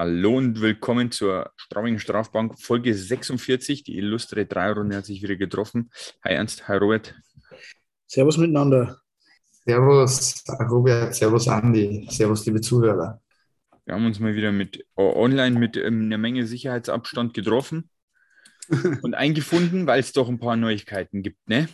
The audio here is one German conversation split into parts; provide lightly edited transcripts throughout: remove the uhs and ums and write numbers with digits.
Hallo und willkommen zur Straubing Strafbank Folge 46. Die illustre Dreierrunde hat sich wieder getroffen. Hi Ernst, hi Robert. Servus miteinander. Servus, Robert, servus, Andi, servus, liebe Zuhörer. Wir haben uns mal wieder online mit einer Menge Sicherheitsabstand getroffen und eingefunden, weil es doch ein paar Neuigkeiten gibt. Ne?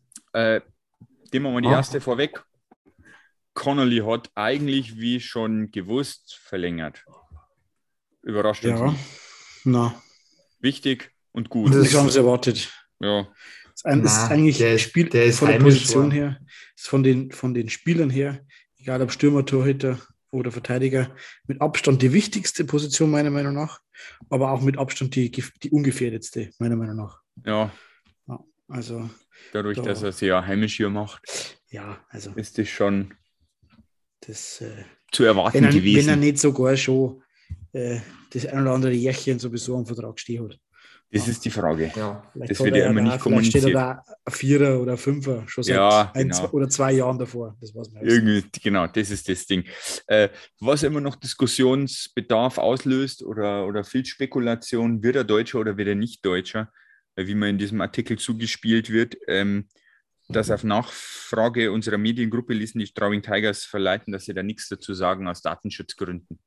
Nehmen wir mal die erste vorweg. Connolly hat eigentlich, wie schon gewusst, verlängert. Überrascht uns Ja, nicht. na, Wichtig und gut. das haben sie erwartet. Ja, Es ist eigentlich der ist von der heimisch Position war. her, ist von den Spielern her, egal ob Stürmer, Torhüter oder Verteidiger, mit Abstand die wichtigste Position meiner Meinung nach, aber auch mit Abstand die ungefährdetste meiner Meinung nach. ja, Ja, also dadurch, da, dass er es ja heimisch hier macht, ja, also ist das schon das, zu erwarten wenn er gewesen. nicht sogar schon das ein oder andere Jährchen sowieso am Vertrag stehen hat. Das ist die Frage. Ja, Vielleicht Das hat wird er ja immer nicht vielleicht steht er kommuniziert. da ein Vierer oder ein Fünfer schon seit Ja, ein, genau. zwei oder 2 Jahren davor. Das weiß man Irgendwie, genau, das ist das Ding. Was immer noch Diskussionsbedarf auslöst oder viel Spekulation, wird er Deutscher oder wird er nicht Deutscher, wie man in diesem Artikel zugespielt wird, dass auf Nachfrage unserer Mediengruppe ließen die Straubing Tigers verleiten, dass sie da nichts dazu sagen aus Datenschutzgründen.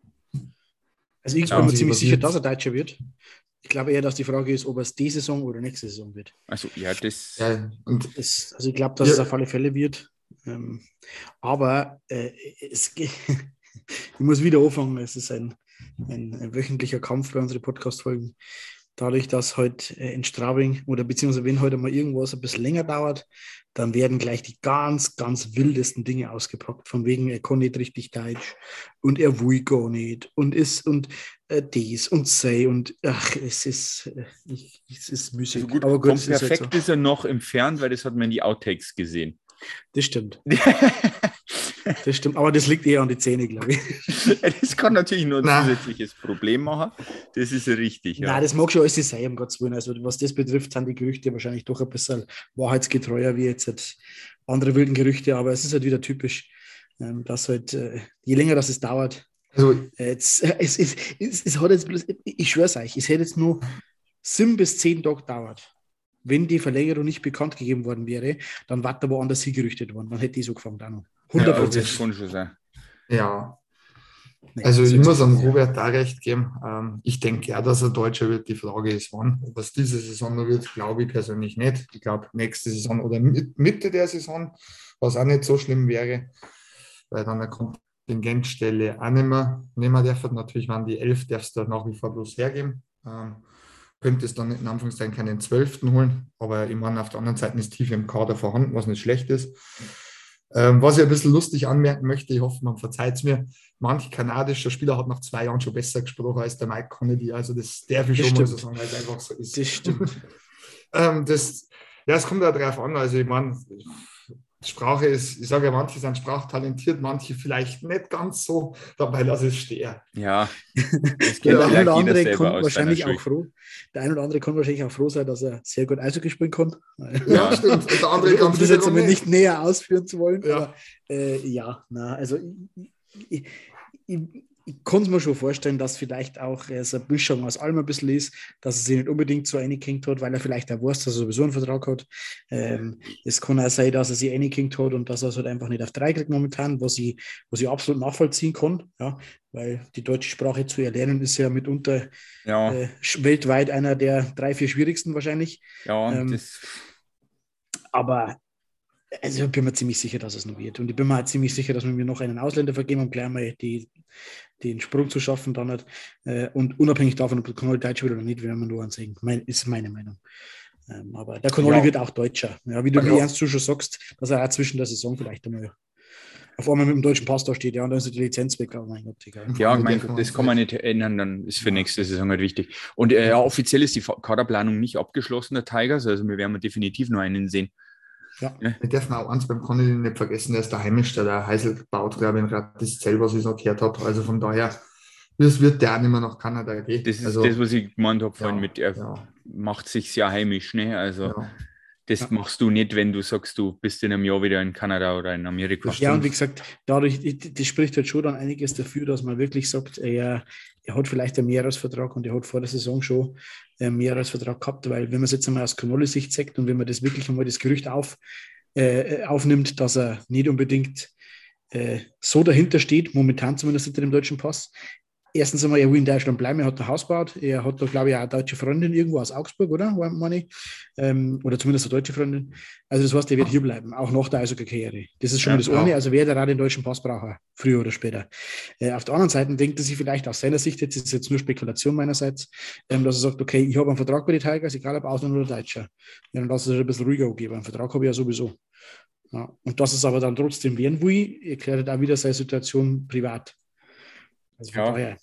Also ich bin Ja. mir ziemlich sicher, Was dass er Deutscher wird. Ich glaube eher, dass die Frage ist, ob er es diese Saison oder nächste Saison wird. Also ja, das und Also ich glaube, dass es auf alle Fälle wird. Aber ich muss wieder anfangen. Es ist ein wöchentlicher Kampf bei unseren Podcast-Folgen. Dadurch, dass heute in Straubing oder beziehungsweise wenn heute mal irgendwas ein bisschen länger dauert, dann werden gleich die ganz, ganz wildesten Dinge ausgepackt. Von wegen, er kann nicht richtig Deutsch und er will gar nicht und das und sei und ach, es ist müßig. also gut, Aber gut, vom es ist halt Perfekt so. ist er noch entfernt, weil das hat man in die Outtakes gesehen. Das stimmt. Das stimmt, aber das liegt eher an die Zähne, glaube ich. Das kann natürlich nur ein Na. zusätzliches Problem machen. Das ist richtig. Ja. Nein, das mag schon alles sein, um Gottes Willen. Also was das betrifft, sind die Gerüchte wahrscheinlich doch ein bisschen wahrheitsgetreuer wie jetzt halt andere wilden Gerüchte, aber es ist halt wieder typisch, dass halt, je länger das es dauert, also, es hat jetzt bloß, ich schwör's euch, es hätte jetzt nur 7 bis 10 Tage gedauert. Wenn die Verlängerung nicht bekannt gegeben worden wäre, dann war da woanders hingerüchtet worden. Dann hätte die so gefangen. Auch noch. 100%. Das kann schon sein. ja, Nee, also das ich ist muss halt am so. Robert da recht geben. Ich denke ja, dass er Deutscher wird. Die Frage ist, wann. Ob es diese Saison noch wird, glaube ich persönlich nicht. Ich glaube, nächste Saison oder Mitte der Saison, was auch nicht so schlimm wäre, weil dann eine Kontingentstelle auch nicht mehr darf. Natürlich waren die 11, darfst du nach wie vor bloß hergeben. Könnte es dann in Anführungszeichen keinen 12. holen, aber ich meine, auf der anderen Seite ist Tiefe im Kader vorhanden, was nicht schlecht ist. Was ich ein bisschen lustig anmerken möchte, ich hoffe, man verzeiht es mir, manch kanadischer Spieler hat nach 2 Jahren schon besser gesprochen als der Mike Connolly, also das darf ich Das schon mal so stimmt. sagen, weil es einfach so ist. Das stimmt. Es kommt auch darauf an, also ich meine, Sprache ist, ich sage ja, manche sind sprachtalentiert, manche vielleicht nicht ganz so, dabei lasse ich es stehen. Ja, das Der kennt ein vielleicht oder jeder andere selber kann aus wahrscheinlich seiner auch froh. Der ein oder andere kann wahrscheinlich auch froh sein, dass er sehr gut Eishockey spielen kann. Ja, stimmt. Und der andere Um ganz das jetzt wiederum einmal nicht näher ausführen zu wollen. Ja. Aber also ich kann es mir schon vorstellen, dass vielleicht auch so eine Mischung aus allem ein bisschen ist, dass er sich nicht unbedingt so eingeklinkt hat, weil er vielleicht auch weiß, dass er sowieso einen Vertrag hat. Es kann auch sein, dass er sich eingeklinkt hat und dass er es halt einfach nicht auf 3 kriegt momentan, was ich absolut nachvollziehen kann, ja, weil die deutsche Sprache zu erlernen ist ja mitunter Ja, weltweit einer der 3, 4 schwierigsten wahrscheinlich. ja, und Ähm, das, Aber also ich bin mir ziemlich sicher, dass es noch wird. Und ich bin mir halt ziemlich sicher, dass wir mir noch einen Ausländer vergeben, um gleich mal den Sprung zu schaffen. Dann halt. Und unabhängig davon, ob der Connolly Deutscher wird oder nicht, werden wir nur ansehen. Ist meine Meinung. Aber der Connolly Ja. wird auch Deutscher. Ja, wie Ja. Ernst du schon sagst, dass er auch zwischen der Saison vielleicht einmal auf einmal mit dem deutschen Pass da steht. Ja, und dann ist die Lizenz weg. Oh mein Gott, egal. ja, Mit mein der Gott, das kann man nicht ändern, dann ist für nächste Saison halt wichtig. Und ja, offiziell ist die Kaderplanung nicht abgeschlossen, der Tigers, also wir werden definitiv noch einen sehen. Ja. Wir dürfen auch eins beim Connolly nicht vergessen, der ist der Heimisch, der Heisel baut, glaube ich, in Ratiszell, was ich noch gehört habe. Also von daher, das wird der auch nicht mehr nach Kanada gehen. Das ist also, das, was ich gemeint habe vorhin ja, mit, er ja. macht sich sehr heimisch, ne? Also Ja. Das machst du nicht, wenn du sagst, du bist in einem Jahr wieder in Kanada oder in Amerika. Ja, und wie gesagt, dadurch, das spricht halt schon dann einiges dafür, dass man wirklich sagt, er hat vielleicht einen Mehrjahresvertrag und er hat vor der Saison schon einen Mehrjahresvertrag gehabt, weil wenn man es jetzt einmal aus Connolly-Sicht sagt und wenn man das wirklich einmal das Gerücht aufnimmt, dass er nicht unbedingt so dahinter steht, momentan zumindest hinter dem deutschen Pass. Erstens einmal, er will in Deutschland bleiben, er hat ein Haus gebaut, er hat da, glaube ich, auch eine deutsche Freundin irgendwo aus Augsburg, oder? Meine ich. Oder zumindest eine deutsche Freundin. Also das heißt, er wird hier bleiben, auch nach der Eishockey-Karriere. Das ist schon mal das eine, also wer auch den deutschen Pass braucht, früher oder später. Auf der anderen Seite denkt er sich vielleicht aus seiner Sicht, jetzt ist es jetzt nur Spekulation meinerseits, dass er sagt, okay, ich habe einen Vertrag bei den Tigers, egal ob Ausländer oder Deutscher. Ja, dann lass es ein bisschen ruhiger geben, einen Vertrag habe ich ja sowieso. Ja, und dass es aber dann trotzdem werden will, erklärt auch wieder seine Situation privat. Also von daher.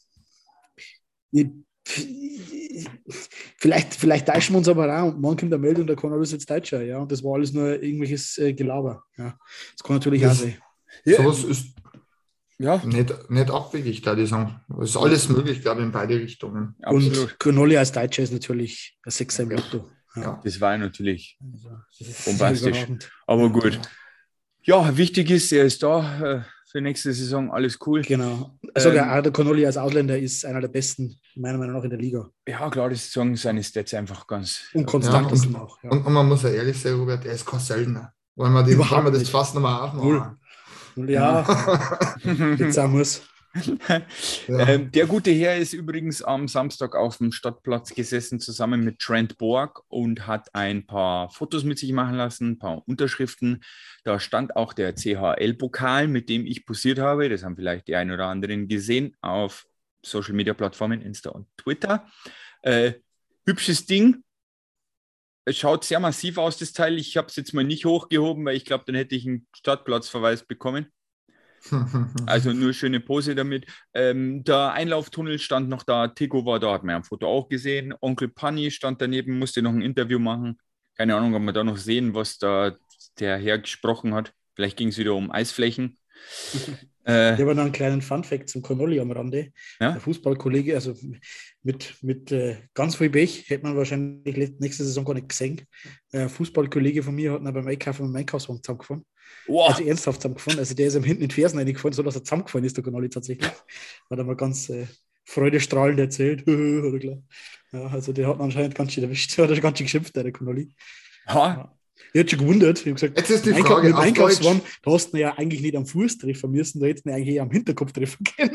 Vielleicht täuschen wir uns aber auch und morgen kommt der Meldung, der Connolly ist jetzt Deutscher, ja, und das war alles nur irgendwelches Gelaber. Ja. Das kann natürlich auch sein. Sowas ist nicht abwegig, da die sagen. Es ist alles möglich, glaube ich, in beide Richtungen. Absolut. Und Connolly als Deutscher ist natürlich ein Sechser im Lotto. Ja. Das war natürlich also, bombastisch. Aber gut. Ja, wichtig ist, er ist da für nächste Saison, alles cool. Genau. Also auch der Connolly als Ausländer ist einer der besten, meiner Meinung nach, in der Liga. Ja, klar, das sagen seine Stats einfach ganz... Und konstant auch. Ja. Und man muss ja ehrlich sagen, Robert, er ist kein Söldner. Wollen wir das fast nochmal aufmachen? Ja, jetzt auch muss. Der gute Herr ist übrigens am Samstag auf dem Stadtplatz gesessen, zusammen mit Trent Borg und hat ein paar Fotos mit sich machen lassen, ein paar Unterschriften. Da stand auch der CHL-Pokal, mit dem ich posiert habe. Das haben vielleicht die einen oder anderen gesehen auf Social-Media-Plattformen, Insta und Twitter. Hübsches Ding. Es schaut sehr massiv aus, das Teil. Ich habe es jetzt mal nicht hochgehoben, weil ich glaube, dann hätte ich einen Startplatzverweis bekommen. Also nur schöne Pose damit. Der Einlauftunnel stand noch da. Tico war da, hat man ja am Foto auch gesehen. Onkel Panni stand daneben, musste noch ein Interview machen. Keine Ahnung, ob wir da noch sehen, was da der Herr gesprochen hat. Vielleicht ging es wieder um Eisflächen. Ich habe noch einen kleinen Funfact zum Connolly am Rande. Ja? Der Fußballkollege, also mit ganz viel Pech, hätte man wahrscheinlich nächste Saison gar nicht gesehen. Fußballkollege von mir hat ihn beim Einkaufen mit dem Einkaufswagen zusammengefahren. Wow. Also ernsthaft zusammengefahren. Also der ist ihm hinten in die Fersen reingefallen, so dass er zusammengefallen ist, der Connolly tatsächlich. Hat er mal ganz freudestrahlend erzählt. Ja, also der hat ihn anscheinend ganz schön erwischt. Der hat ganz schön geschimpft, der Connolly. Ja. Ich hätte schon gewundert. Ich habe gesagt, jetzt ist die Frage, mit dem Einkaufswagen, da hast du ihn ja eigentlich nicht am Fuß treffen müssen, da hättest du ihn eigentlich eher am Hinterkopf treffen können.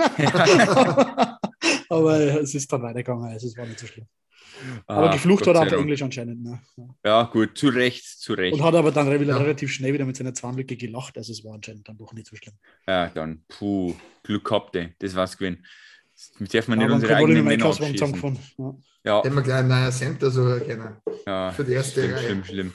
Aber es ist dann weitergegangen, also es war nicht so schlimm. Aber geflucht hat er auf Englisch anscheinend. Ne? Ja, gut, zu Recht. Und hat aber dann relativ schnell wieder mit seiner Zahnlücke gelacht, also es war anscheinend dann doch nicht so schlimm. Ja, dann, Glück gehabt, ey. Das war's gewesen. Jetzt darf man nicht unsere eigenen Männer abschießen. Ja. Hätten wir gleich einen neuen Center so können. Ja, für die erste Reihe. Schlimm.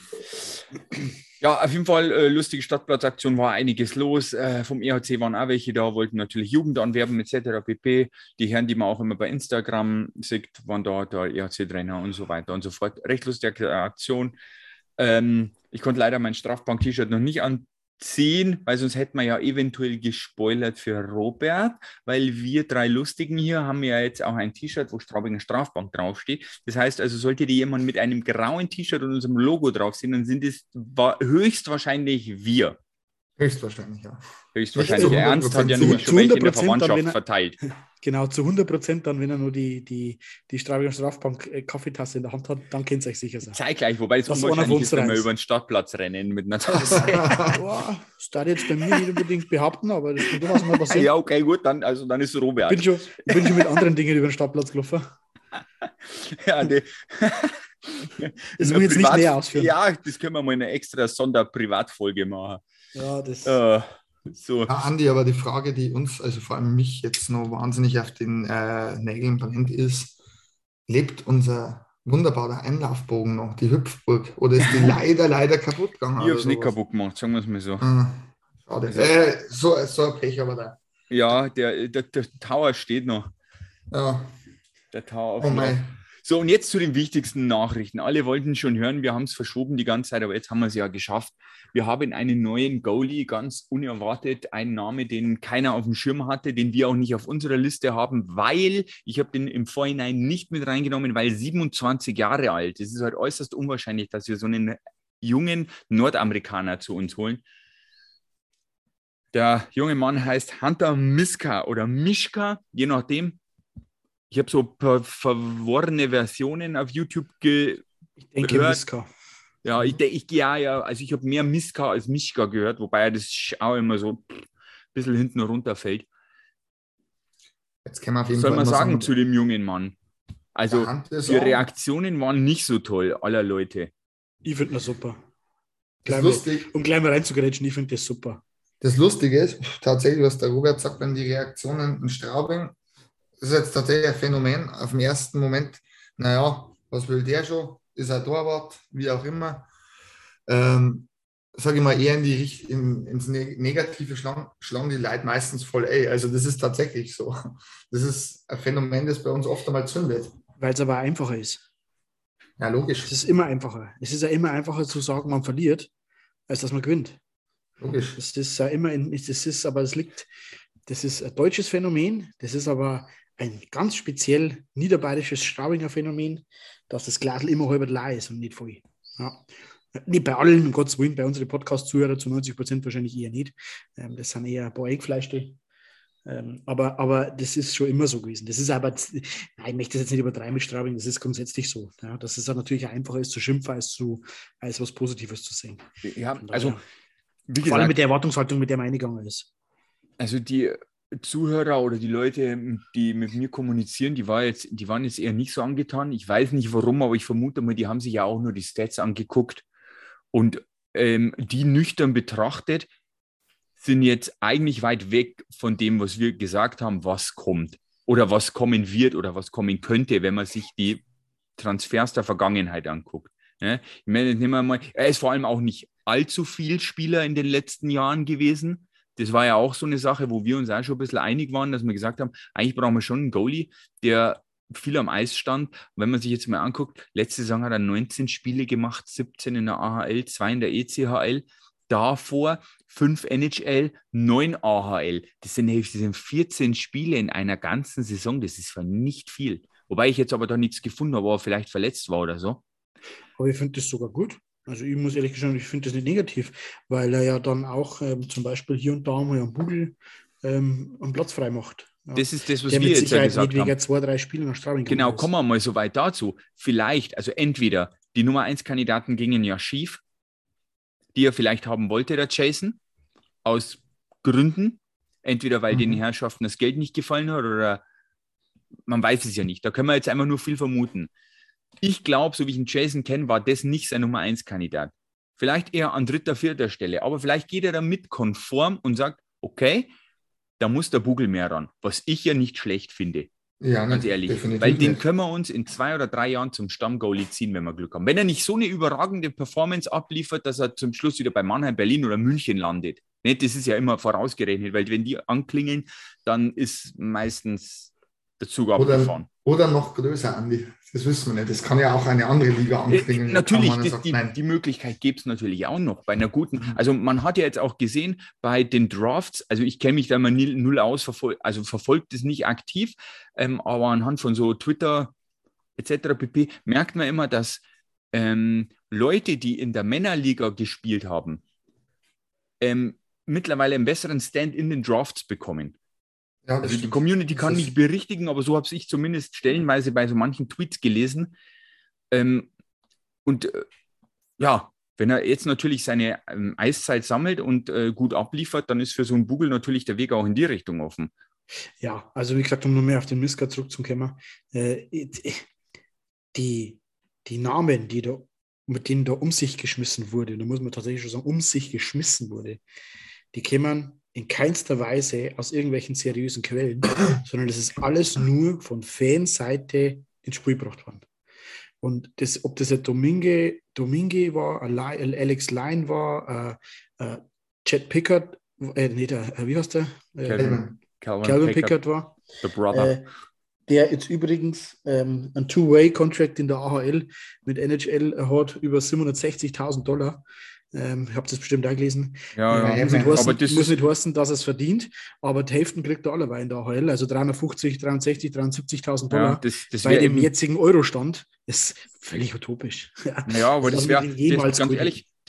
Ja, auf jeden Fall lustige Stadtplatzaktion, war einiges los. Vom EHC waren auch welche da, wollten natürlich Jugend anwerben etc. pp. Die Herren, die man auch immer bei Instagram sieht, waren da, der EHC-Trainer und so weiter und so fort. Recht lustige Aktion. Ich konnte leider mein Strafbank-T-Shirt noch nicht anziehen, weil sonst hätten wir ja eventuell gespoilert für Robert, weil wir drei Lustigen hier haben ja jetzt auch ein T-Shirt, wo Straubing Strafbank draufsteht. Das heißt also, solltet ihr jemanden mit einem grauen T-Shirt und unserem Logo drauf sehen, dann sind es höchstwahrscheinlich wir. Höchstwahrscheinlich, ja. Höchstwahrscheinlich. Ernst hat ja nämlich schon welche in der Verwandtschaft verteilt. Genau, zu 100% dann, wenn er nur die Straubinger Strafbank Kaffeetasse in der Hand hat, dann kennt es euch sicher sein. Zeitgleich, wobei es unwahrscheinlich ist, wenn wir über den Stadtplatz rennen mit einer Tasse. Das darf ich jetzt bei mir nicht unbedingt behaupten, aber das kann durchaus mal passieren. Ja, okay, gut, dann ist es Robert. Ich bin schon mit anderen Dingen über den Stadtplatz gelaufen. Ja, das muss ich jetzt nicht näher ausführen. Ja, das können wir mal in einer extra Sonderprivatfolge machen. Ja, das... So. Ja, Andi, aber die Frage, die uns, also vor allem mich jetzt noch wahnsinnig auf den Nägeln brennt, ist, lebt unser wunderbarer Einlaufbogen noch, die Hüpfburg, oder ist die leider kaputt gegangen? Ich habe es nicht kaputt gemacht, sagen wir es mal so. Schade. So ein Pech aber da. Ja, der Tower steht noch. Ja. Der Tower auf So, und jetzt zu den wichtigsten Nachrichten. Alle wollten schon hören, wir haben es verschoben die ganze Zeit, aber jetzt haben wir es ja geschafft. Wir haben einen neuen Goalie, ganz unerwartet, einen Namen, den keiner auf dem Schirm hatte, den wir auch nicht auf unserer Liste haben, weil, ich habe den im Vorhinein nicht mit reingenommen, weil 27 Jahre alt. Es ist halt äußerst unwahrscheinlich, dass wir so einen jungen Nordamerikaner zu uns holen. Der junge Mann heißt Hunter Miska oder Mischka, je nachdem. Ich habe so ein paar verworrene Versionen auf YouTube Ich denke gehört. Miska. Ja, also ich habe mehr Miska als Mischka gehört, wobei das auch immer so ein bisschen hinten runterfällt. Jetzt können wir auf jeden Was soll Fall man immer sagen zu dem jungen Mann? Also die Reaktionen waren nicht so toll, aller Leute. Ich finde das super. Um gleich mal reinzugrätschen, ich finde das super. Das Lustige ist, tatsächlich, was der Robert sagt, wenn die Reaktionen in Straubing, das ist jetzt tatsächlich ein Phänomen. Auf den ersten Moment, naja, was will der schon? Ist ein Torwart, wie auch immer. Sage ich mal, eher ins Negative schlagen die Leute meistens voll. Also das ist tatsächlich so. Das ist ein Phänomen, das bei uns oft einmal zündet. Weil es aber einfacher ist. Ja, logisch. Es ist immer einfacher. Es ist ja immer einfacher zu sagen, man verliert, als dass man gewinnt. Logisch. Das ist ja immer, das ist ein deutsches Phänomen, das ist aber ein ganz speziell niederbayerisches Straubinger Phänomen, dass das Glasl immer halb leer ist und nicht voll. Ja. Nicht bei allen, um Gottes Willen, bei unseren Podcast-Zuhörern zu 90% wahrscheinlich eher nicht. Das sind eher ein paar Eingefleischte. Aber das ist schon immer so gewesen. Das ist aber, nein, ich möchte das jetzt nicht übertreiben mit Straubing, das ist grundsätzlich so. Ja, dass es natürlich einfacher ist zu schimpfen, als was Positives zu sehen. Ja, also wie gesagt, vor allem mit der Erwartungshaltung, mit der man eingegangen ist. Also die Zuhörer oder die Leute, die mit mir kommunizieren, die waren jetzt eher nicht so angetan. Ich weiß nicht warum, aber ich vermute mal, die haben sich ja auch nur die Stats angeguckt. Und die nüchtern betrachtet sind jetzt eigentlich weit weg von dem, was wir gesagt haben, was kommt oder was kommen wird oder was kommen könnte, wenn man sich die Transfers der Vergangenheit anguckt. Ne? Ich meine, nehmen wir mal, er ist vor allem auch nicht allzu viel Spieler in den letzten Jahren gewesen. Das war ja auch so eine Sache, wo wir uns auch schon ein bisschen einig waren, dass wir gesagt haben, eigentlich brauchen wir schon einen Goalie, der viel am Eis stand. Und wenn man sich jetzt mal anguckt, letzte Saison hat er 19 Spiele gemacht, 17 in der AHL, 2 in der ECHL, davor 5 NHL, 9 AHL. Das sind 14 Spiele in einer ganzen Saison, das ist nicht viel. Wobei ich jetzt aber da nichts gefunden habe, wo er vielleicht verletzt war oder so. Aber ich finde das sogar gut. Also ich muss ehrlich gesagt, ich finde das nicht negativ, weil er ja dann auch zum Beispiel hier und da mal einen Bugel am Platz frei macht. Ja. Das ist das, was der wir jetzt ja gesagt haben. haben. 2-3 Spiele nach Straubing. Genau, kommen wir mal so weit dazu. Vielleicht, also entweder die Nummer 1 Kandidaten gingen ja schief, die er vielleicht haben wollte, der Jason, aus Gründen. Entweder weil den Herrschaften das Geld nicht gefallen hat oder man weiß es ja nicht. Da können wir jetzt einfach nur viel vermuten. Ich glaube, so wie ich den Jason kenne, war das nicht sein Nummer 1 Kandidat. Vielleicht eher an 3., 4. Stelle, aber vielleicht geht er damit konform und sagt, okay, da muss der Bugel mehr ran, was ich ja nicht schlecht finde. Ja, ganz ehrlich. Weil den können wir uns in 2 oder 3 Jahren zum Stammgoalie ziehen, wenn wir Glück haben. Wenn er nicht so eine überragende Performance abliefert, dass er zum Schluss wieder bei Mannheim, Berlin oder München landet. Ne, das ist ja immer vorausgerechnet, weil wenn die anklingeln, dann ist meistens der Zug abgefahren. Oder noch größer, Andi. Das wissen wir nicht. Das kann ja auch eine andere Liga anklingeln. Natürlich, die Möglichkeit gibt es natürlich auch noch bei einer guten. Also man hat ja jetzt auch gesehen, bei den Drafts, also ich kenne mich da immer null aus, verfolgt es nicht aktiv, aber anhand von so Twitter etc. pp. Merkt man immer, dass Leute, die in der Männerliga gespielt haben, mittlerweile einen besseren Stand in den Drafts bekommen. Ja, also die Community kann mich berichtigen, aber so habe ich zumindest stellenweise bei so manchen Tweets gelesen. Ja, wenn er jetzt natürlich seine Eiszeit sammelt und gut abliefert, dann ist für so einen Bugel natürlich der Weg auch in die Richtung offen. Ja, also wie gesagt, um nur mehr auf den Miska zurückzukommen, die Namen, mit denen da um sich geschmissen wurde, da muss man tatsächlich schon sagen, um sich geschmissen wurde, die kämen in keinster Weise aus irgendwelchen seriösen Quellen, sondern das ist alles nur von Fanseite ins Spiel gebracht worden. Und ob das ein Domingue war, Alex Line war, Chet Pickard, wie heißt der? Calvin Pickard war. The Brother. Der jetzt übrigens ein Two-Way-Contract in der AHL mit NHL hat über $760.000. Ich habe das bestimmt auch gelesen. Muss nicht heißen, dass es verdient, aber die Hälfte kriegt er alleweil in der AHL, also 350, 63, 73.000 Dollar. Das bei dem jetzigen Eurostand ist völlig utopisch. Ja, aber das wäre, ganz ehrlich,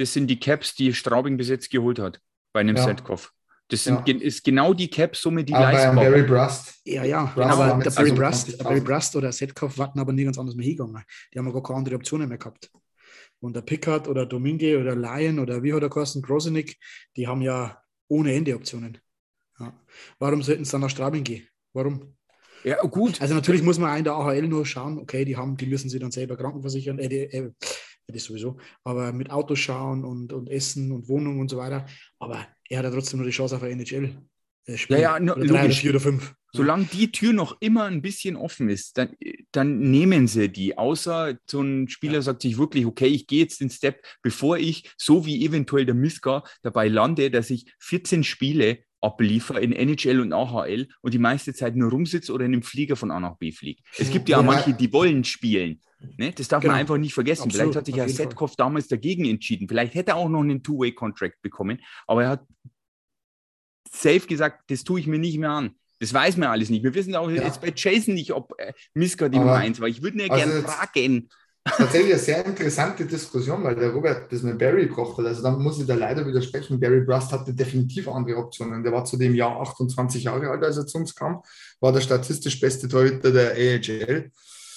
das sind die Caps, die Straubing bis jetzt geholt hat bei einem Setkopf. Das ist genau die Cap-Summe, die leistbar war. Barry Brust. Ja, Brust aber war der mit Barry Brust oder Setkopf warten aber nirgends anders mehr hingegangen. Die haben ja gar keine andere Optionen mehr gehabt. Und der Pickard oder Domingue oder Lyon oder wie hat der Carsten Grosenick, die haben ja ohne Ende Optionen. Ja. Warum sollten sie dann nach Straubing gehen? Warum? Ja, gut. Also natürlich muss man in der AHL nur schauen, okay, die müssen sie dann selber krankenversichern, das sowieso, aber mit Autos schauen und Essen und Wohnung und so weiter. Aber er hat ja trotzdem nur die Chance auf ein NHL-Spiel. Ja, oder 3 logisch. oder 4 oder 5. Solange die Tür noch immer ein bisschen offen ist, dann nehmen sie die. Außer so ein Spieler sagt sich wirklich, okay, ich gehe jetzt den Step, bevor ich, so wie eventuell der Miska, dabei lande, dass ich 14 Spiele abliefere in NHL und AHL und die meiste Zeit nur rumsitze oder in einem Flieger von A nach B fliege. Es gibt ja auch manche, die wollen spielen. Ne? Das darf man einfach nicht vergessen. Absolut, vielleicht hat sich ja Setkopf damals dagegen entschieden. Vielleicht hätte er auch noch einen Two-Way-Contract bekommen, aber er hat safe gesagt, das tue ich mir nicht mehr an. Das weiß man alles nicht. Wir wissen auch jetzt bei Jason nicht, ob Miska die Nummer 1 war. Ich würde ihn ja gerne fragen. Tatsächlich eine sehr interessante Diskussion, weil der Robert das mit Barry gebracht hat. Also da muss ich da leider widersprechen. Barry Brust hatte definitiv andere Optionen. Der war zu dem Jahr 28 Jahre alt, als er zu uns kam. War der statistisch beste Torhüter der AHL.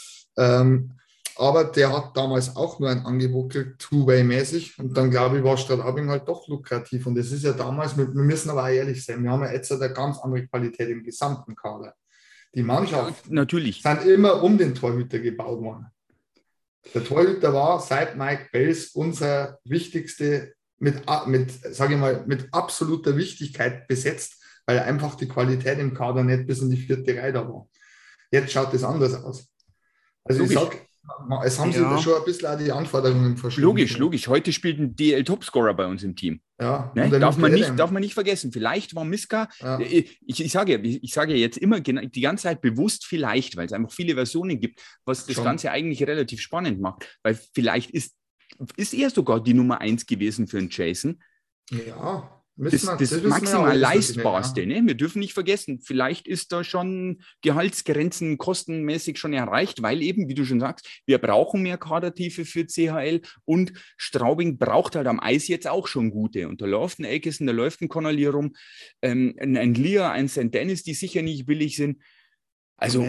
Aber der hat damals auch nur ein Angebot gekriegt, Two-Way-mäßig. Und dann, glaube ich, war Straubing halt doch lukrativ. Und das ist ja damals, wir müssen aber auch ehrlich sein, wir haben ja jetzt eine ganz andere Qualität im gesamten Kader. Die Mannschaften sind immer um den Torhüter gebaut worden. Der Torhüter war seit Mike Bells unser wichtigste, sage ich mal, mit absoluter Wichtigkeit besetzt, weil einfach die Qualität im Kader nicht bis in die 4. Reihe da war. Jetzt schaut das anders aus. Also ich sage, es haben sich schon ein bisschen auch die Anforderungen verschoben. Logisch. Heute spielt ein DL-Topscorer bei uns im Team. Ja, ne? Darf man nicht vergessen. Vielleicht war Miska, ich sage jetzt immer die ganze Zeit bewusst vielleicht, weil es einfach viele Versionen gibt, was das Ganze eigentlich relativ spannend macht. Weil vielleicht ist er sogar die Nummer 1 gewesen für einen Jason. Ja. Das maximal leistbarste. Ne? Wir dürfen nicht vergessen, vielleicht ist da schon Gehaltsgrenzen kostenmäßig schon erreicht, weil eben, wie du schon sagst, wir brauchen mehr Kadertiefe für CHL und Straubing braucht halt am Eis jetzt auch schon gute. Und da läuft ein Aikison, da läuft ein Connolly rum, ein Lear, ein St. Dennis, die sicher nicht billig sind. Also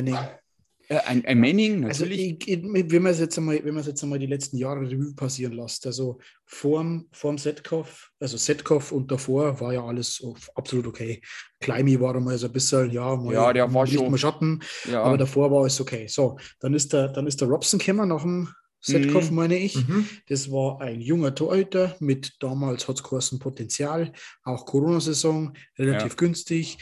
ein Manning, natürlich. Also wenn man es jetzt einmal die letzten Jahre Revue passieren lässt, also vorm Setkopf, also Setkopf und davor war ja alles absolut okay. Kleimi war einmal so ein bisschen, der war schon mal Schatten, aber davor war alles okay. So, dann ist der Robson gekommen nach dem Setkopf, meine ich. Das war ein junger Torhüter mit, damals hat es geheißen, Potenzial, auch Corona-Saison, relativ günstig.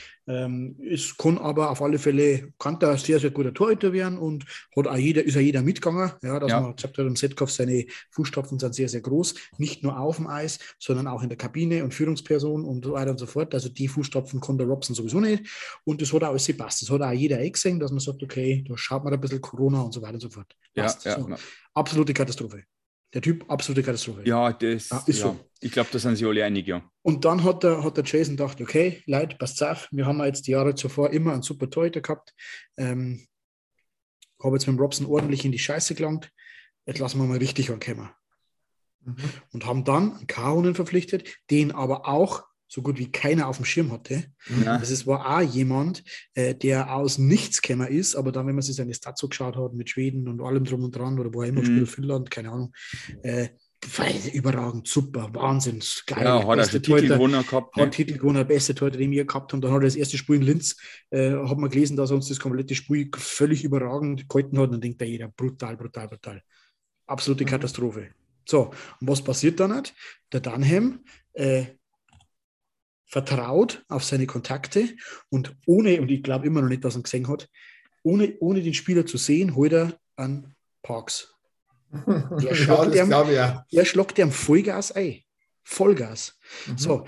Es kann aber auf alle Fälle, kann da sehr, sehr guter Torhüter werden und ist jeder mitgegangen. Ja, dass man gesagt hat, im Setkopf seine Fußstapfen sind sehr, sehr groß. Nicht nur auf dem Eis, sondern auch in der Kabine und Führungsperson und so weiter und so fort. Also die Fußstapfen konnte Robson sowieso nicht. Und das hat auch alles gepasst. Das hat auch jeder gesehen, dass man sagt, okay, da schaut man ein bisschen Corona und so weiter und so fort. Absolute Katastrophe. Der Typ, absolute Katastrophe. Ja, ist so. Ich glaube, da sind sie alle einig, ja. Und dann hat der Jason gedacht, okay, Leute, passt auf, wir haben jetzt die Jahre zuvor immer einen super Torhüter gehabt. Habe jetzt mit dem Robson ordentlich in die Scheiße gelangt. Jetzt lassen wir mal richtig ankommen. Und haben dann einen Kahonen verpflichtet, den aber auch so gut wie keiner auf dem Schirm hatte. Ja. Das war auch jemand, der aus nichts gekommen ist, aber dann, wenn man sich seine Stats so geschaut hat, mit Schweden und allem drum und dran, oder wo er immer spielt, Finnland, keine Ahnung, überragend, super, Wahnsinn, geil. Ja, hat er schon Titel gewonnen gehabt. Hat Titel gewonnen, beste Torhüter, den wir gehabt haben. Dann hat er das erste Spiel in Linz, hat man gelesen, dass er uns das komplette Spiel völlig überragend gehalten hat. Und dann denkt da jeder, brutal. Absolute Katastrophe. So, und was passiert dann halt? Der Dunham vertraut auf seine Kontakte und ich glaube immer noch nicht, dass er gesehen hat, ohne den Spieler zu sehen, holt er an Parks. Der schlagt ihm Vollgas ein. Vollgas. So,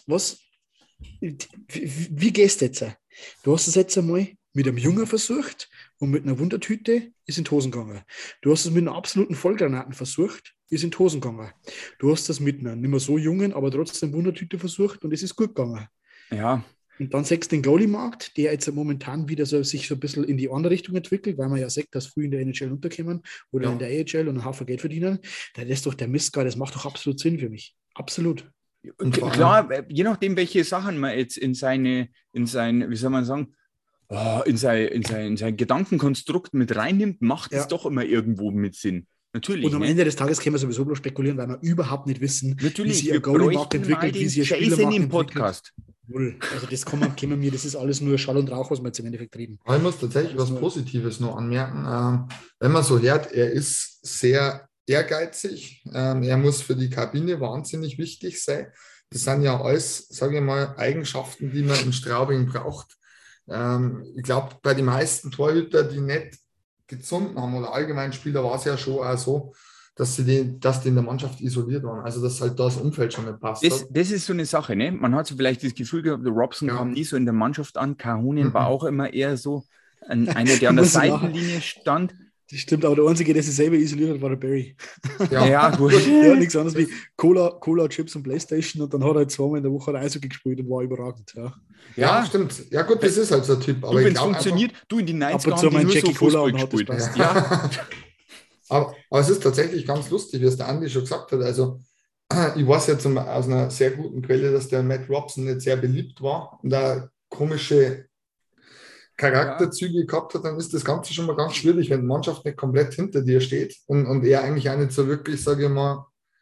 wie gehst du jetzt? Du hast es jetzt einmal mit einem Jungen versucht und mit einer Wundertüte ist in die Hosen gegangen. Du hast es mit einer absoluten Vollgranaten versucht, ist in die Hosen gegangen. Du hast das mit einer nicht mehr so jungen, aber trotzdem Wundertüte versucht und es ist gut gegangen. Ja, Und dann 6 den Goalie-Markt, der jetzt momentan wieder sich so ein bisschen in die andere Richtung entwickelt, weil man ja sagt, dass früh in der NHL unterkommen oder in der AHL und einen Haufen Geld verdienen. Da ist doch der Mistgard, das macht doch absolut Sinn für mich. Absolut. Klar, je nachdem, welche Sachen man jetzt in sein, wie soll man sagen, in sein Gedankenkonstrukt mit reinnimmt, macht es doch immer irgendwo mit Sinn. Natürlich. Und am Ende des Tages können wir sowieso bloß spekulieren, weil wir überhaupt nicht wissen, wie sich ihr Goalie-Markt entwickelt, wie sich ihr Spielermarkt im Podcast. Also das kann mir, das ist alles nur Schall und Rauch, was wir jetzt im Endeffekt reden. Aber ich muss tatsächlich was Positives noch anmerken. Wenn man so hört, er ist sehr ehrgeizig. Er muss für die Kabine wahnsinnig wichtig sein. Das sind ja alles, sage ich mal, Eigenschaften, die man in Straubing braucht. Ich glaube, bei den meisten Torhüter, die nicht gezunden haben oder allgemein Spieler, war es ja schon auch so, dass die in der Mannschaft isoliert waren. Also, dass halt das Umfeld schon nicht passt. Das ist so eine Sache, ne? Man hat so vielleicht das Gefühl gehabt, der Robson kam nie so in der Mannschaft an. Kahunen war auch immer eher so einer, der an der Seitenlinie stand. Das stimmt, aber der Einzige, der sich selber isoliert hat, war der Barry. Ja, gut. Ja, nichts anderes wie Cola, Chips und Playstation und dann hat er halt zweimal in der Woche Eishockey gespielt und war überragend. Ja, stimmt. Ja gut, das ist halt so ein Typ. Aber wenn es funktioniert, du in die 90er haben die nur Jackie so Fußball gespielt. Ja. aber es ist tatsächlich ganz lustig, wie es der Andi schon gesagt hat. Also ich weiß jetzt aus einer sehr guten Quelle, dass der Matt Robson nicht sehr beliebt war und da komische Charakterzüge gehabt hat, dann ist das Ganze schon mal ganz schwierig, wenn die Mannschaft nicht komplett hinter dir steht und er eigentlich auch nicht so wirklich, sage ich mal,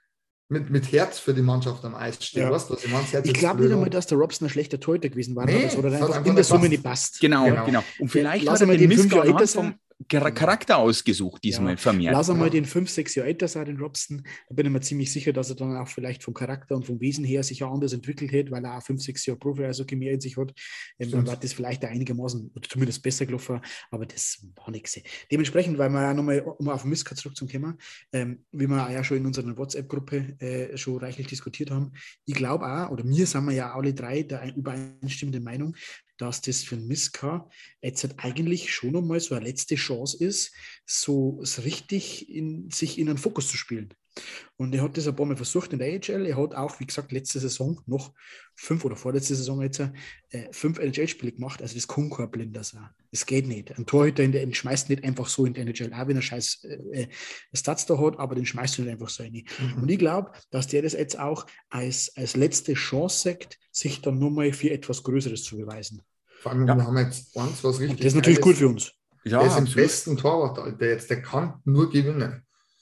mit Herz für die Mannschaft am Eis steht. Ja. Weißt du, was ich meine? Ich glaube nicht einmal, dass der Robson ein schlechter Torhüter gewesen war, nee, oder einfach in der Summe nicht passt. Genau. Und vielleicht hat er den Mistgard vom Charakter ausgesucht, diesmal vermehrt. Lass einmal den 5, 6 Jahre älter sein, den Robson. Da bin ich mir ziemlich sicher, dass er dann auch vielleicht vom Charakter und vom Wesen her sich auch anders entwickelt hat, weil er auch 5, 6 Jahre Profi-Eishockey mehr in sich hat. Dann war das vielleicht auch einigermaßen, oder zumindest besser gelaufen, aber das war nichts. Dementsprechend, weil wir ja nochmal, um auf den Mistgard zurückzukommen, wie wir ja schon in unserer WhatsApp-Gruppe schon reichlich diskutiert haben, ich glaube auch, oder wir sind ja alle drei der übereinstimmenden Meinung, dass das für den Miska jetzt halt eigentlich schon einmal so eine letzte Chance ist, so richtig sich in einen Fokus zu spielen. Und er hat das ein paar Mal versucht in der AHL. Er hat auch, wie gesagt, letzte Saison noch 5 oder vorletzte Saison jetzt 5 NHL-Spiele gemacht. Also das kann kein Blinder sein. Das geht nicht. Ein Torhüter den schmeißt nicht einfach so in der NHL, auch wenn er scheiß Stats da hat, aber den schmeißt du nicht einfach so rein. Und ich glaube, dass der das jetzt auch als letzte Chance sagt, sich dann nochmal für etwas Größeres zu beweisen. Vor allem, wir haben jetzt eins, was richtig. Und das ist natürlich gut für uns. Ja, der ist im besten Torwart, der kann nur gewinnen.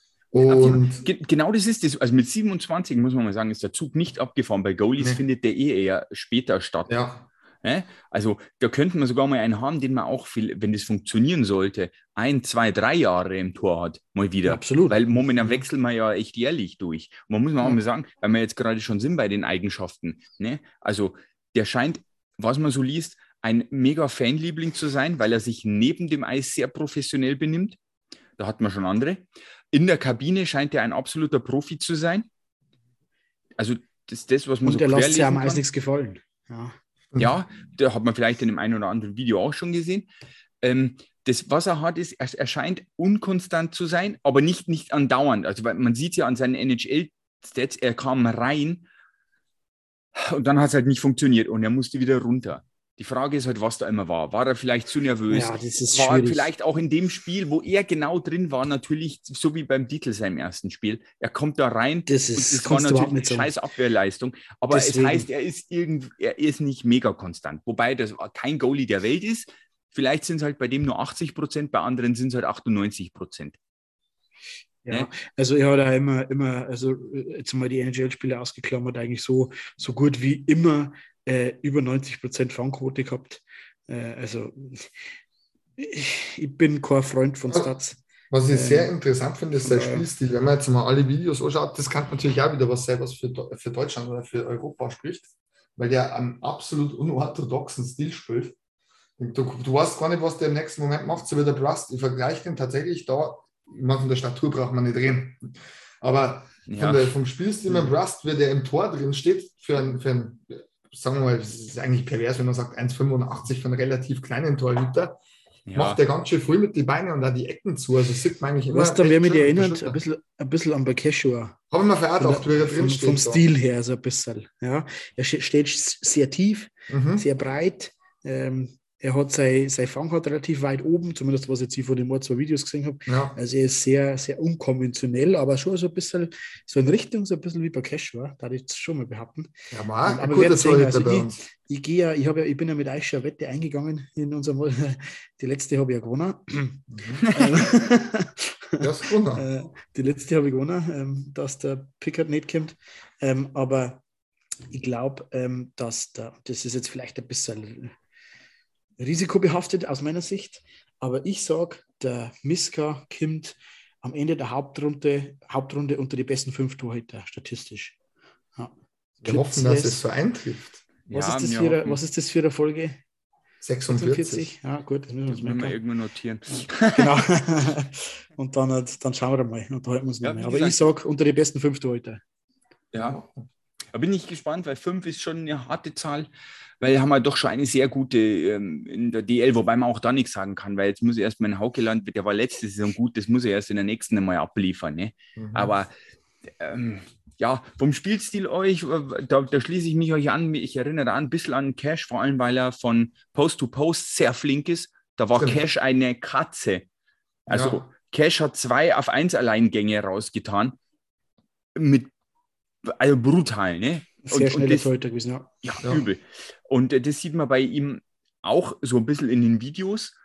Und genau das ist es. Also mit 27, muss man mal sagen, ist der Zug nicht abgefahren. Bei Goalies findet der eher später statt. Ja. Also da könnten wir sogar mal einen haben, den man auch, wenn das funktionieren sollte, 1, 2, 3 Jahre im Tor hat, mal wieder. Ja, absolut. Weil momentan wechseln wir ja echt jährlich durch. Und man muss auch mal sagen, weil wir jetzt gerade schon sind bei den Eigenschaften. Ne? Also der scheint, was man so liest, ein mega Fanliebling zu sein, weil er sich neben dem Eis sehr professionell benimmt. Da hat man schon andere. In der Kabine scheint er ein absoluter Profi zu sein. Also das ist das, was man und so der lässt sich am kann. Eis nichts gefallen. Ja, da hat man vielleicht in dem einen oder anderen Video auch schon gesehen. Das, was er hat, ist, er scheint unkonstant zu sein, aber nicht andauernd. Also weil man sieht ja an seinen NHL-Stats, er kam rein und dann hat es halt nicht funktioniert und er musste wieder runter. Die Frage ist halt, was da immer war. War er vielleicht zu nervös? Ja, das ist war schwierig. Vielleicht auch in dem Spiel, wo er genau drin war, natürlich, so wie beim Dietl seinem ersten Spiel. Er kommt da rein das war natürlich eine scheiß Abwehrleistung. Aber deswegen. Es heißt, er ist nicht mega konstant. Wobei das kein Goalie der Welt ist. Vielleicht sind es halt bei dem nur 80%, bei anderen sind es halt 98%. Ja, also ich habe da immer, also jetzt mal die NHL-Spiele ausgeklammert, eigentlich so gut wie immer über 90% Fangquote gehabt. Also ich bin kein Freund von Stats. Was ich sehr interessant finde, ist der Spielstil. Wenn man jetzt mal alle Videos anschaut, das kann natürlich auch wieder was sein, was für Deutschland oder für Europa spricht, weil der einen absolut unorthodoxen Stil spielt. Du weißt gar nicht, was der im nächsten Moment macht, so wie der Brust. Ich vergleiche den tatsächlich da, ich meine, von der Statur braucht man nicht reden, aber vom Spielstil mit Brust, wie der im Tor drin steht, für ein sagen wir mal, es ist eigentlich pervers, wenn man sagt 1,85 für einen relativ kleinen Torhüter, macht er ganz schön früh mit den Beinen und auch die Ecken zu. Also sieht man eigentlich immer. Was da, wer mich schön erinnert, unterstützt. ein bisschen an Bakeshua. Habe ich mir verärgert, wie er drin steht. Vom Stil her so ein bisschen. Ja. Er steht sehr tief, sehr breit. Er hat sein Fang hat relativ weit oben, zumindest was ich jetzt von den zwei Videos gesehen habe. Ja. Also er ist sehr, sehr unkonventionell, aber schon so ein bisschen, so in Richtung, so ein bisschen wie Bakeshua, da ich jetzt schon mal behaupten. Ja, aber aber gut, das war also bei uns. ich bin ja mit euch schon eine Wette eingegangen in unserem, die letzte habe ich ja gewonnen. Das ist gewonnen. Die letzte habe ich gewonnen, dass der Pickard nicht kommt. Aber ich glaube, das ist jetzt vielleicht ein bisschen risikobehaftet aus meiner Sicht. Aber ich sage, der Miska kommt am Ende der Hauptrunde unter die besten 5 Torhüter, statistisch. Ja. Wir hoffen, dass es so eintrifft. Was ist das für eine Folge? 46. Ja, gut, das müssen wir uns merken. Irgendwo notieren. Genau. Und dann schauen wir mal und halten wir uns noch mehr. Aber ich sage, unter die besten 5 Torhüter. Ja. Da bin ich gespannt, weil 5 ist schon eine harte Zahl, weil haben wir doch schon eine sehr gute in der DL, wobei man auch da nichts sagen kann, weil jetzt muss erst mal ein Haukeland, der war letzte Saison gut, das muss er erst in der nächsten einmal abliefern. Ne? Aber ja, vom Spielstil da schließe ich mich euch an, ich erinnere da ein bisschen an Cash, vor allem weil er von Post to Post sehr flink ist. Da war Cash eine Katze. Also Cash hat 2 auf 1 Alleingänge rausgetan. Also brutal, ne? Sehr schnell Torhüter gewesen, ja. Übel. Und das sieht man bei ihm auch so ein bisschen in den Videos.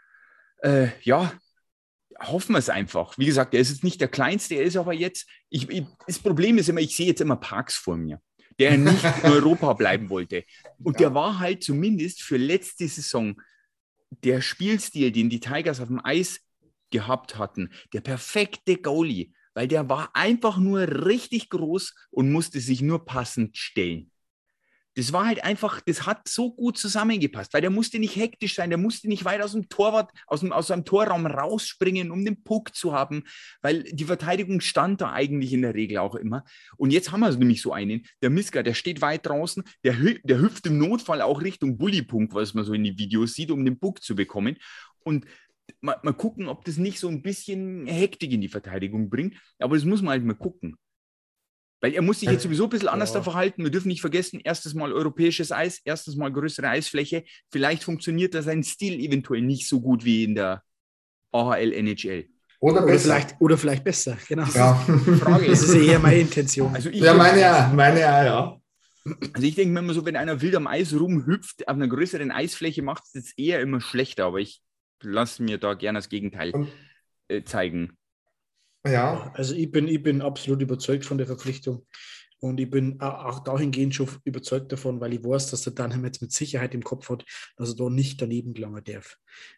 Hoffen wir es einfach. Wie gesagt, er ist jetzt nicht der Kleinste, er ist aber jetzt, das Problem ist immer, ich sehe jetzt immer Parks vor mir, der nicht in Europa bleiben wollte. Und der war halt zumindest für letzte Saison der Spielstil, den die Tigers auf dem Eis gehabt hatten, der perfekte Goalie, weil der war einfach nur richtig groß und musste sich nur passend stellen. Das war halt einfach, das hat so gut zusammengepasst, weil der musste nicht hektisch sein, der musste nicht weit aus dem Torwart, aus seinem Torraum rausspringen, um den Puck zu haben, weil die Verteidigung stand da eigentlich in der Regel auch immer. Und jetzt haben wir nämlich so einen, der Miska, der steht weit draußen, der hüpft im Notfall auch Richtung Bullypunkt, was man so in den Videos sieht, um den Puck zu bekommen. Und mal gucken, ob das nicht so ein bisschen Hektik in die Verteidigung bringt, aber das muss man halt mal gucken. Weil er muss sich jetzt sowieso ein bisschen anders da verhalten. Wir dürfen nicht vergessen, erstes Mal europäisches Eis, erstes Mal größere Eisfläche. Vielleicht funktioniert da sein Stil eventuell nicht so gut wie in der AHL, NHL. Oder vielleicht besser, genau. Ja. Frage. Das ist ja eher meine Intention. Also meine ja. Also ich denke mir immer so, wenn einer wild am Eis rumhüpft, auf einer größeren Eisfläche macht es jetzt eher immer schlechter, aber ich lasse mir da gerne das Gegenteil zeigen. Ja. Also ich bin absolut überzeugt von der Verpflichtung und ich bin auch dahingehend schon überzeugt davon, weil ich weiß, dass der Dunham jetzt mit Sicherheit im Kopf hat, dass er da nicht daneben gelangen darf.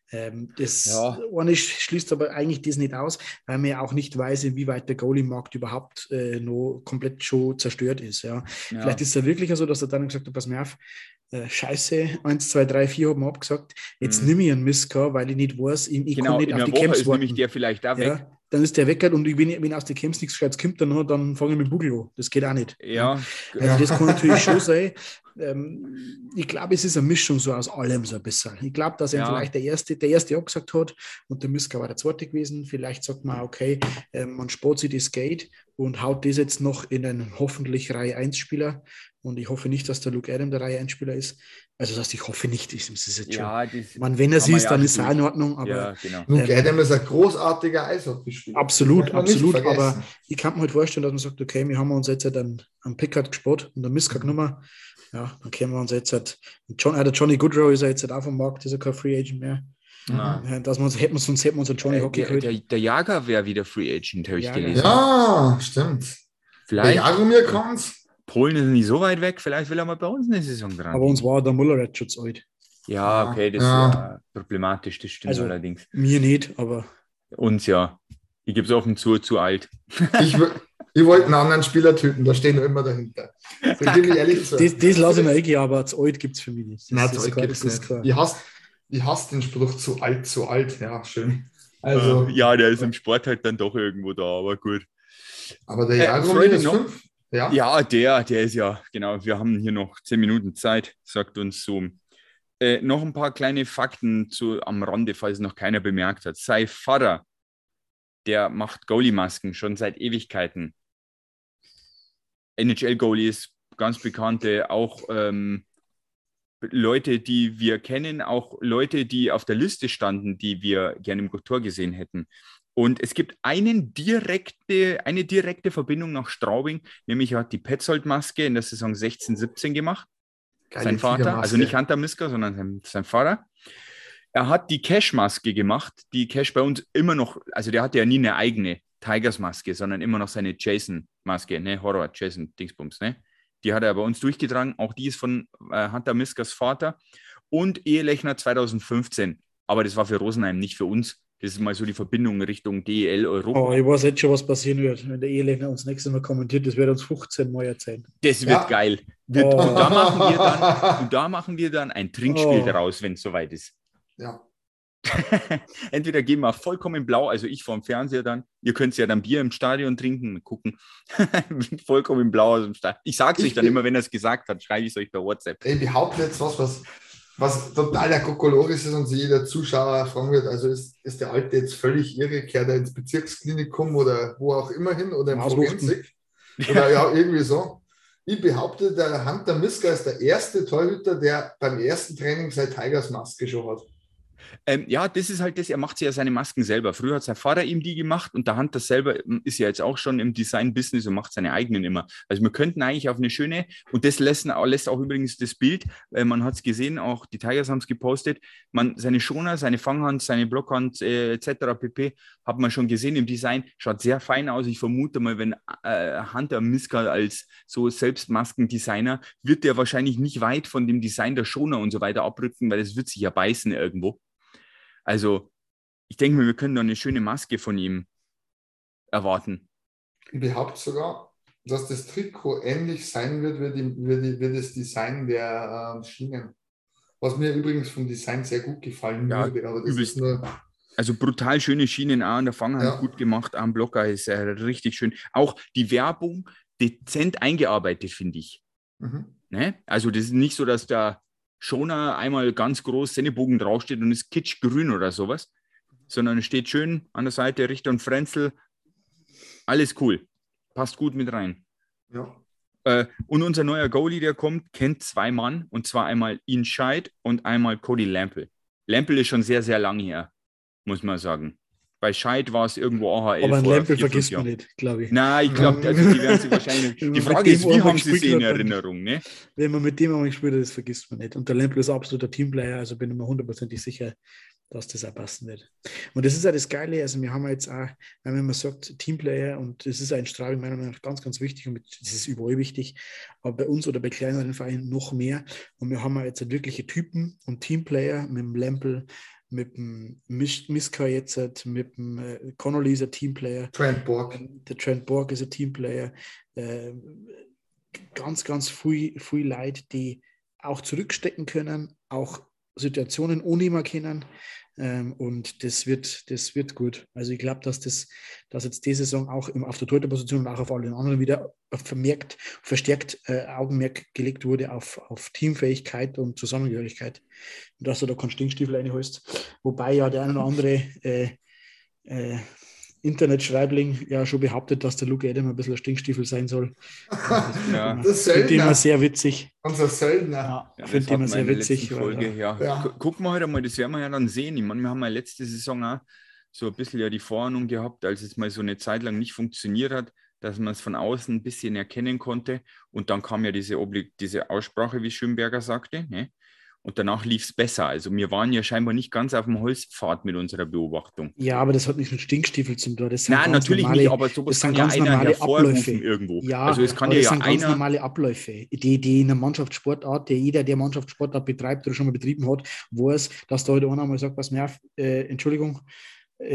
Eine schließt aber eigentlich das nicht aus, weil man ja auch nicht weiß, inwieweit der Goalie-Markt überhaupt noch komplett schon zerstört ist. Ja. Vielleicht ist es ja wirklich so, dass der Dunham gesagt hat, pass mal auf, Scheiße, 1, 2, 3, 4 haben wir abgesagt, jetzt nehme ich einen Miska, weil ich nicht weiß, ich kann nicht auf die Camps warten. Nämlich der vielleicht da weg. Dann ist der weg und wenn aus den Camps nichts Gescheites kommt, dann fange ich mit dem Bugel an. Das geht auch nicht. Ja. Also das kann natürlich schon sein. Ich glaube, es ist eine Mischung so aus allem so ein bisschen. Ich glaube, dass er vielleicht der erste abgesagt hat und der Miska war der zweite gewesen. Vielleicht sagt man, okay, man spart sich das Geld und haut das jetzt noch in einen hoffentlich Reihe 1-Spieler. Und ich hoffe nicht, dass der Luke Adam der Reihe 1-Spieler ist. Also das heißt, ich hoffe nicht, das ist jetzt schon. Wenn er es ist, dann ist es auch in Ordnung. Aber, Luke Adam ist ein großartiger Eishockeyspieler. Absolut. Aber ich kann mir halt vorstellen, dass man sagt, okay, wir haben uns jetzt halt einen Pickard gespart und einen Miska genommen. Ja, dann können wir uns jetzt halt, der Johnny Goodrow ist ja jetzt halt auch vom Markt, ist ja kein Free Agent mehr. Sonst hätten wir uns einen Johnny Hockey geholt. Der Jager wäre wieder Free Agent, habe ich gelesen. Ja, stimmt. Vielleicht. Der Jaromir kommt. Polen ist nicht so weit weg, vielleicht will er mal bei uns eine Saison dran. Aber uns war der Muller jetzt schon zu alt. Ja, okay, das ist problematisch, das stimmt also, allerdings. Mir nicht, aber... Uns ja. Ich gebe es offen zu alt. Ich wollte einen anderen Spieler töten, da stehen wir immer dahinter. Das lasse ich mir eigentlich, aber zu alt gibt es für mich nicht. Nein, zu alt gibt es nicht. Ich hasse den Spruch zu alt. Ja, schön. Also, ja, der ist im Sport halt dann doch irgendwo da, aber gut. Aber der Jaromir ist 5. Ja, der ist ja, genau, wir haben hier noch 10 Minuten Zeit, sagt uns so Noch ein paar kleine Fakten am Rande, falls noch keiner bemerkt hat. Sein Vater, der macht Goalie-Masken schon seit Ewigkeiten. NHL-Goalies, ganz bekannte, auch Leute, die wir kennen, auch Leute, die auf der Liste standen, die wir gerne im Tor gesehen hätten. Und es gibt eine direkte Verbindung nach Straubing, nämlich er hat die Petzold-Maske in der Saison 16/17 gemacht. Geile Sein Vater, Tigermaske. also nicht Hunter Miska, sondern sein Vater. Er hat die Cash-Maske gemacht, die Cash bei uns immer noch, also der hatte ja nie eine eigene Tigers-Maske, sondern immer noch seine Jason-Maske, ne, Horror, Jason-Dingsbums, ne. Die hat er bei uns durchgetragen, auch die ist von Hunter Miskas Vater und Ehelechner 2015, aber das war für Rosenheim, nicht für uns. Das ist mal so die Verbindung Richtung DEL Europa. Oh, ich weiß jetzt schon, was passieren wird, wenn der Ehelechner uns nächstes Mal kommentiert. Das wird uns 15 Mal erzählen. Das wird geil. Und da machen wir dann ein Trinkspiel daraus, wenn es soweit ist. Ja. Entweder gehen wir vollkommen blau, also ich vorm Fernseher dann. Ihr könnt ja dann Bier im Stadion trinken und gucken. Vollkommen blau aus dem Stadion. Ich sage es euch dann immer, wenn er es gesagt hat, schreibe ich es euch bei WhatsApp. Ich behaupte jetzt was total der Kokolores ist und sich jeder Zuschauer fragen wird, also ist der Alte jetzt völlig irre, kehrt er ins Bezirksklinikum oder wo auch immer hin oder im Forensik? Oder ja, irgendwie so. Ich behaupte, der Hunter Miska ist der erste Torhüter, der beim ersten Training seine Tigers-Maske schon hat. Ja, das ist halt das, er macht sich ja seine Masken selber. Früher hat sein Vater ihm die gemacht und der Hunter selber ist ja jetzt auch schon im Design-Business und macht seine eigenen immer. Also wir könnten eigentlich auf eine schöne, und das lässt auch übrigens das Bild, man hat es gesehen, auch die Tigers haben es gepostet, seine Schoner, seine Fanghand, seine Blockhand etc. pp. Hat man schon gesehen im Design, schaut sehr fein aus. Ich vermute mal, wenn Hunter Miska als so Selbstmaskendesigner, wird der wahrscheinlich nicht weit von dem Design der Schoner und so weiter abrücken, weil das wird sich ja beißen irgendwo. Also, ich denke mir, wir können da eine schöne Maske von ihm erwarten. Ich behaupte sogar, dass das Trikot ähnlich sein wird wie das Design der Schienen. Was mir übrigens vom Design sehr gut gefallen würde. Aber das ist nur... Also brutal schöne Schienen, auch an der Fanghand gut gemacht, am Blocker ist richtig schön. Auch die Werbung dezent eingearbeitet, finde ich. Ne? Also das ist nicht so, dass da Schoner einmal ganz groß Sennebogen draufsteht und ist kitschgrün oder sowas, sondern es steht schön an der Seite Richter und Frenzel. Alles cool. Passt gut mit rein. Ja. Und unser neuer Goalie, der kommt, kennt 2 Mann, und zwar einmal Ian Scheid und einmal Cody Lampel. Lampel ist schon sehr, sehr lang her, muss man sagen. Bei Scheid war es irgendwo AHL. Aber ein Lampel vergisst man nicht, glaube ich. Nein, ich glaube, also die werden sie wahrscheinlich... Die Frage ist, wie haben sie sie in Erinnerung? Ne? Wenn man mit dem einmal gespielt hat, das vergisst man nicht. Und der Lampel ist absoluter Teamplayer, also bin ich mir 100% sicher, dass das auch passen wird. Und das ist ja das Geile, also wir haben jetzt auch, wenn man sagt Teamplayer, und das ist auch in Straubing meiner Meinung nach ganz, ganz wichtig, und das ist überall wichtig, aber bei uns oder bei kleineren Vereinen noch mehr. Und wir haben jetzt wirkliche Typen und Teamplayer mit dem Lampel, mit dem Miska jetzt, mit dem Connolly ist ein Teamplayer. Trent Borg. Der Trent Borg ist ein Teamplayer. Ganz, ganz viel Leute, die auch zurückstecken können, auch Situationen annehmen können. Und das wird gut. Also ich glaube, dass jetzt die Saison auch auf der Torhüterposition und auch auf allen anderen wieder verstärkt Augenmerk gelegt wurde auf Teamfähigkeit und Zusammengehörigkeit. Und dass du da keinen Stinkstiefel reinholst. Wobei ja der eine oder andere Internetschreibling ja schon behauptet, dass der Luke Adam ein bisschen ein Stinkstiefel sein soll. Das finde ich immer sehr witzig. Unser Söldner. Ja, finde ich immer sehr witzig. Folge, Gucken wir heute mal, das werden wir ja dann sehen. Ich meine, wir haben ja letzte Saison auch so ein bisschen ja die Vorahnung gehabt, als es mal so eine Zeit lang nicht funktioniert hat, dass man es von außen ein bisschen erkennen konnte. Und dann kam ja diese Aussprache, wie Schönberger sagte, ne? Und danach lief es besser. Also wir waren ja scheinbar nicht ganz auf dem Holzpfad mit unserer Beobachtung. Ja, aber das hat nicht mit Stinkstiefel zu tun. Nein, natürlich nicht, aber sowas kann ja einer hervorrufen irgendwo. Ja, also es kann das sind ganz normale Abläufe, die in einer Mannschaftssportart, jeder, der Mannschaftssportart betreibt oder schon mal betrieben hat, weiß, dass da heute einer mal sagt, pass mir auf, Entschuldigung, ihr ...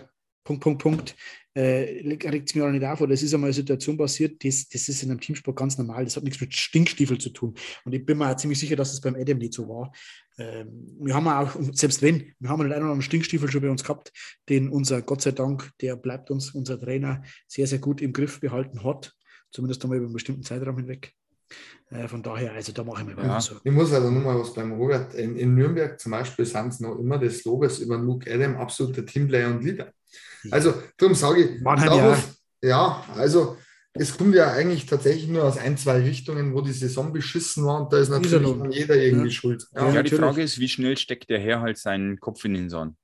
regt es mir auch nicht auf, oder es ist einmal eine Situation passiert, das ist in einem Teamsport ganz normal, das hat nichts mit Stinkstiefel zu tun. Und ich bin mir auch ziemlich sicher, dass es beim Adam nicht so war. Wir haben auch, selbst wenn, wir haben einen oder anderen Stinkstiefel schon bei uns gehabt, den unser, Gott sei Dank, der bleibt uns, unser Trainer, sehr, sehr gut im Griff behalten hat, zumindest einmal über einen bestimmten Zeitraum hinweg. Von daher, also da mache ich mir Ja. überhaupt Sorgen. Ich muss also nur mal was beim Robert. In Nürnberg zum Beispiel sind es noch immer des Lobes über Luke Adam, absoluter Teamplayer und Leader. Also, darum sage ich, Mannheim da, ja. ja, also es kommt ja eigentlich tatsächlich nur aus ein, zwei Richtungen, wo die Saison beschissen war und da ist natürlich Iserlohn. dann jeder irgendwie Ja. schuld. Ja, Ja, die natürlich. Frage ist, wie schnell steckt der Herr halt seinen Kopf in den Sand?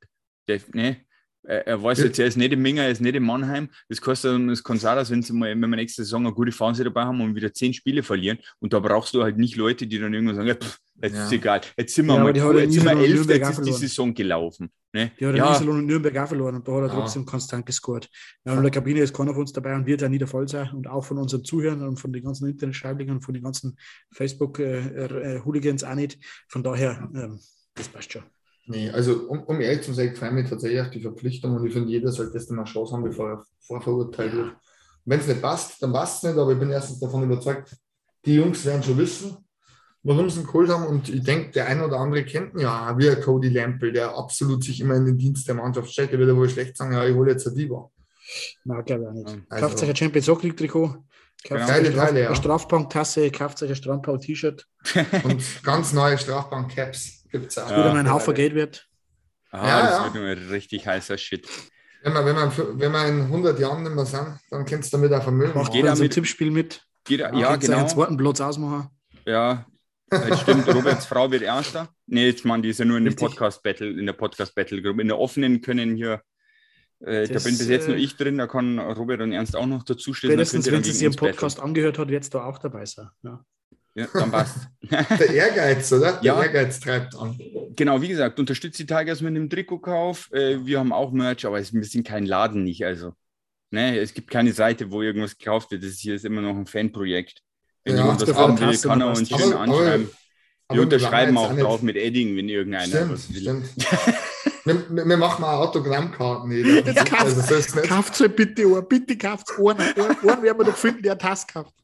Er weiß jetzt, er ist nicht in Minga, er ist nicht in Mannheim. Das kostet, das kann sein, dass wenn wir nächste Saison eine gute Phase dabei haben und wieder 10 Spiele verlieren. Und da brauchst du halt nicht Leute, die dann irgendwann sagen, ja, jetzt ist egal, jetzt sind wir Ja, mal aber die hat cool, in jetzt sind wir Iserlohn und 11, Nürnberg jetzt auch ist die verloren. Saison gelaufen. Ne? Die hat in Iserlohn und Nürnberg auch verloren und da hat er Ja. trotzdem konstant gescored. Ja, und in der Kabine ist keiner von uns dabei und wird auch nie der Fall sein. Und auch von unseren Zuhörern und von den ganzen Internetschreiblingen und von den ganzen Facebook-Hooligans auch nicht. Von daher, das passt schon. Nee, also um ehrlich zu sein, ich freue mich tatsächlich auf die Verpflichtung und ich finde, jeder sollte das mal Chance haben, bevor er vorverurteilt wird. Wenn es nicht passt, dann passt es nicht, aber ich bin erstens davon überzeugt, die Jungs werden schon wissen, warum sie ihn geholt haben und ich denke, der eine oder andere kennt ihn ja auch, wie ein Cody Lampel, der absolut sich immer in den Dienst der Mannschaft stellt, der wird wohl schlecht sagen, ja, ich hole jetzt ein Diva. Nein, glaube ich auch nicht. Also- Kauft euch ein Champions League Trikot, kauft Geile euch Teile, ja. eine Strafbank-Tasse, kauft euch ein Strandbau-T-Shirt, Und ganz neue Strafbank-Caps gibt es auch. wieder mal ein Haufen Geld wert. Ah, Ja, das ja. wird nur ein richtig heißer Shit. Wenn wir in 100 Jahren nicht mehr sind, dann kannst du damit auch Vermögen Macht machen. Jeder bei unserem mit- Tippspiel mit. Ja, Könnt ihr genau. einen zweiten Platz ausmachen. Ja, das stimmt. Roberts Frau wird Erster. Nee, jetzt die ist ja nur in dem Richtig. Podcast-Battle, in der Podcast-Battle-Gruppe. In der offenen können hier, da Das, bin bis jetzt nur ich drin, da kann Robert und Ernst auch noch dazu stehen. Spätestens, wenn sie sich im Podcast angehört hat, wird es da auch dabei sein. Ja. Ja, dann passt. Der Ehrgeiz, oder? Der Ja. Ehrgeiz treibt an. Genau, wie gesagt, unterstützt die Tigers mit dem Trikotkauf. Wir haben auch Merch, aber wir sind kein Laden nicht. Also, ne, es gibt keine Seite, wo irgendwas gekauft wird. Das hier ist immer noch ein Fanprojekt. Wenn Ja, jemand was der haben will, Tasse kann er noch uns was. schön Aber- anschreiben. aber Wir unterschreiben wir auch waren jetzt drauf mit Edding, wenn irgendeiner Stimmt, was will. stimmt. wir machen auch Autogrammkarten. Jeder. Jetzt kauft- Also, so ist nicht. Kauft euch bitte einen, bitte kauft einen. Einen werden wir doch finden, der eine Tasse kauft.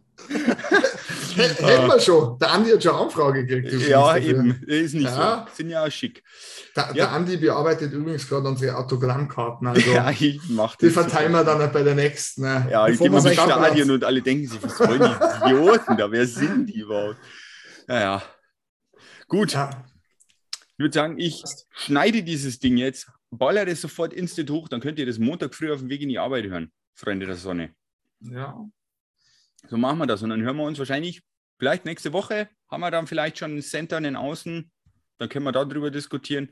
Hätten wir schon. Der Andi hat schon eine Anfrage gekriegt. übrigens Ja, dafür. eben. Ist nicht Ja. so. Sind ja auch schick. Der Ja. Andi bearbeitet übrigens gerade unsere Autogrammkarten. Also, Ja, ich mach die das. verteilen wir dann bei der nächsten. Ne? Ja, ich Bevor gehe mal wir ins sagen, Stadion und alle denken sich, was wollen die Idioten da? Wer sind die überhaupt? Naja. Gut, Ja. ich würde sagen, ich schneide dieses Ding jetzt, baller das sofort instant hoch, dann könnt ihr das Montag früh auf dem Weg in die Arbeit hören, Freunde der Sonne. Ja. So machen wir das und dann hören wir uns wahrscheinlich, vielleicht nächste Woche, haben wir dann vielleicht schon einen Center, einen Außen, dann können wir darüber diskutieren.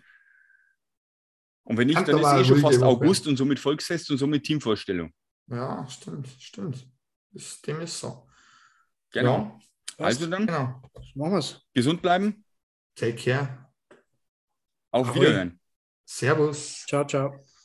Und wenn nicht, Kann dann ist aber schon eine fast ruhige Woche. August und somit Volksfest und somit Teamvorstellung. Ja, stimmt. Dem ist so. Genau. Ja, Also dann, genau. Machen wir es. gesund bleiben, Take care. auf Ahoi. Wiederhören. Servus. Ciao, ciao.